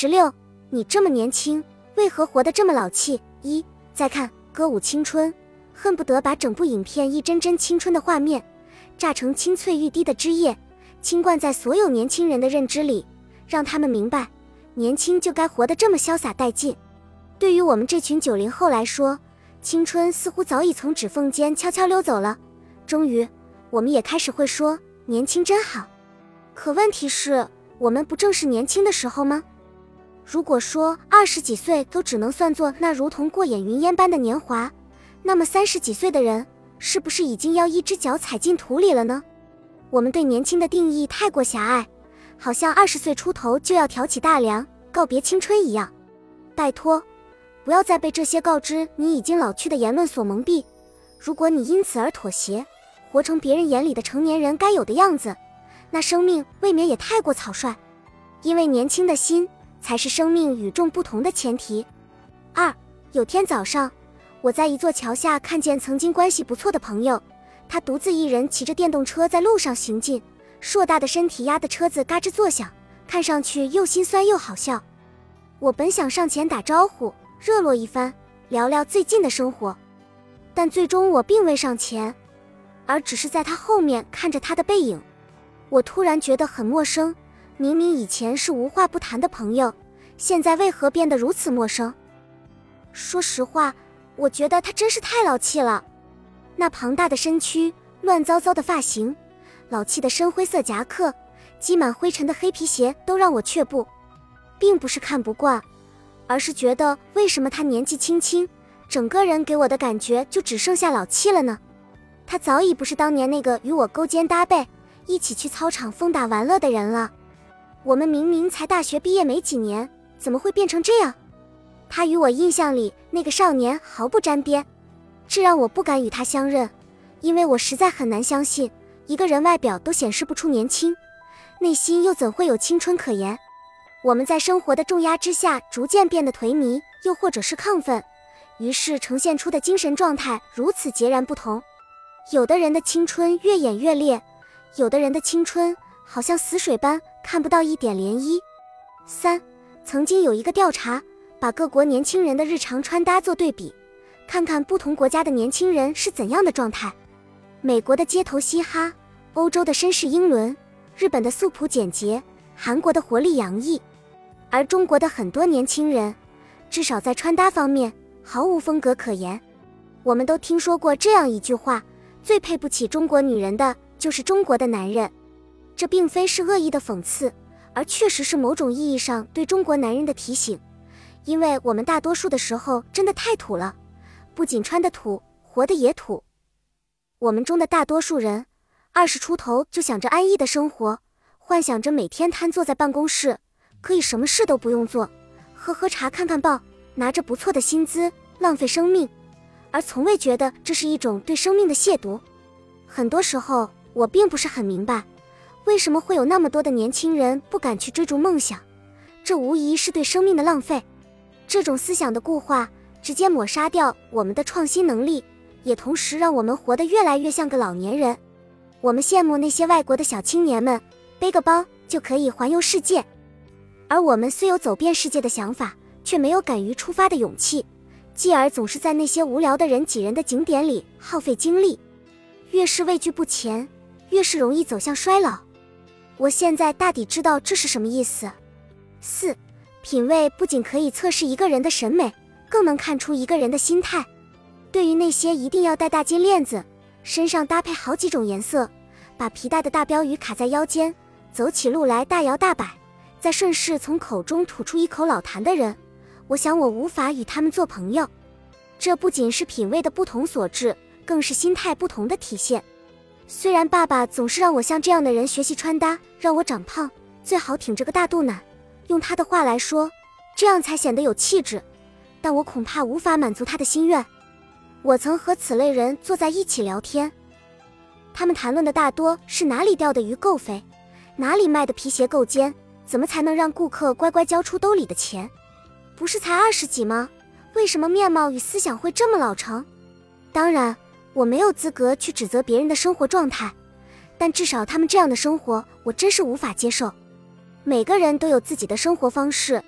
16，你这么年轻，为何活得这么老气？再看歌舞青春，恨不得把整部影片一帧帧青春的画面榨成青翠欲滴的汁液，倾灌在所有年轻人的认知里，让他们明白年轻就该活得这么潇洒殆尽。对于我们这群90后来说，青春似乎早已从指缝间悄悄溜走了。终于我们也开始会说年轻真好。可问题是，我们不正是年轻的时候吗？如果说20几岁都只能算作那如同过眼云烟般的年华，那么30几岁的人是不是已经要一只脚踩进土里了呢？我们对年轻的定义太过狭隘，好像20岁出头就要挑起大梁，告别青春一样。拜托，不要再被这些告知你已经老去的言论所蒙蔽。如果你因此而妥协，活成别人眼里的成年人该有的样子，那生命未免也太过草率。因为年轻的心才是生命与众不同的前提。有天早上，我在一座桥下看见曾经关系不错的朋友，他独自一人骑着电动车在路上行进，硕大的身体压得车子嘎吱作响，看上去又心酸又好笑。我本想上前打招呼，热络一番，聊聊最近的生活，但最终我并未上前，而只是在他后面看着他的背影。我突然觉得很陌生，明明以前是无话不谈的朋友，现在为何变得如此陌生？说实话，我觉得他真是太老气了。那庞大的身躯，乱糟糟的发型，老气的深灰色夹克，积满灰尘的黑皮鞋都让我却步。并不是看不惯，而是觉得为什么他年纪轻轻，整个人给我的感觉就只剩下老气了呢？他早已不是当年那个与我勾肩搭背，一起去操场疯打玩乐的人了。我们明明才大学毕业没几年，怎么会变成这样？他与我印象里那个少年毫不沾边，这让我不敢与他相认，因为我实在很难相信，一个人外表都显示不出年轻，内心又怎会有青春可言？我们在生活的重压之下逐渐变得颓靡，又或者是亢奋，于是呈现出的精神状态如此截然不同。有的人的青春越演越烈，有的人的青春好像死水般看不到一点涟漪。曾经有一个调查，把各国年轻人的日常穿搭做对比，看看不同国家的年轻人是怎样的状态。美国的街头嘻哈，欧洲的绅士英伦，日本的素朴简洁，韩国的活力洋溢。而中国的很多年轻人，至少在穿搭方面毫无风格可言。我们都听说过这样一句话，最配不起中国女人的就是中国的男人。这并非是恶意的讽刺，而确实是某种意义上对中国男人的提醒，因为我们大多数的时候真的太土了，不仅穿得土，活得也土。我们中的大多数人20出头就想着安逸的生活，幻想着每天瘫坐在办公室，可以什么事都不用做，喝茶看看报，拿着不错的薪资，浪费生命，而从未觉得这是一种对生命的亵渎。很多时候我并不是很明白，为什么会有那么多的年轻人不敢去追逐梦想，这无疑是对生命的浪费。这种思想的固化直接抹杀掉我们的创新能力，也同时让我们活得越来越像个老年人。我们羡慕那些外国的小青年们，背个包就可以环游世界，而我们虽有走遍世界的想法，却没有敢于出发的勇气，继而总是在那些无聊的人挤人的景点里耗费精力。越是畏惧不前，越是容易走向衰老。我现在大抵知道这是什么意思。品味不仅可以测试一个人的审美，更能看出一个人的心态。对于那些一定要戴大金链子，身上搭配好几种颜色，把皮带的大标语卡在腰间，走起路来大摇大摆，再顺势从口中吐出一口老痰的人，我想我无法与他们做朋友。这不仅是品味的不同所致，更是心态不同的体现。虽然爸爸总是让我向这样的人学习穿搭，让我长胖，最好挺着个大肚腩，用他的话来说，这样才显得有气质，但我恐怕无法满足他的心愿。我曾和此类人坐在一起聊天，他们谈论的大多是哪里钓的鱼够肥，哪里卖的皮鞋够尖，怎么才能让顾客乖乖交出兜里的钱。不是才20几吗？为什么面貌与思想会这么老成？当然我没有资格去指责别人的生活状态，但至少他们这样的生活我真是无法接受。每个人都有自己的生活方式，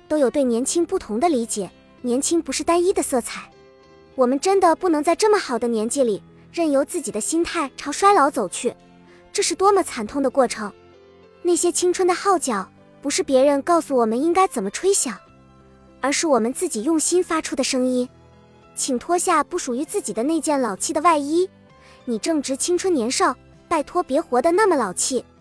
都有对年轻不同的理解，年轻不是单一的色彩。我们真的不能在这么好的年纪里，任由自己的心态朝衰老走去，这是多么惨痛的过程。那些青春的号角，不是别人告诉我们应该怎么吹响，而是我们自己用心发出的声音。请脱下不属于自己的那件老气的外衣，你正值青春年少，拜托别活得那么老气。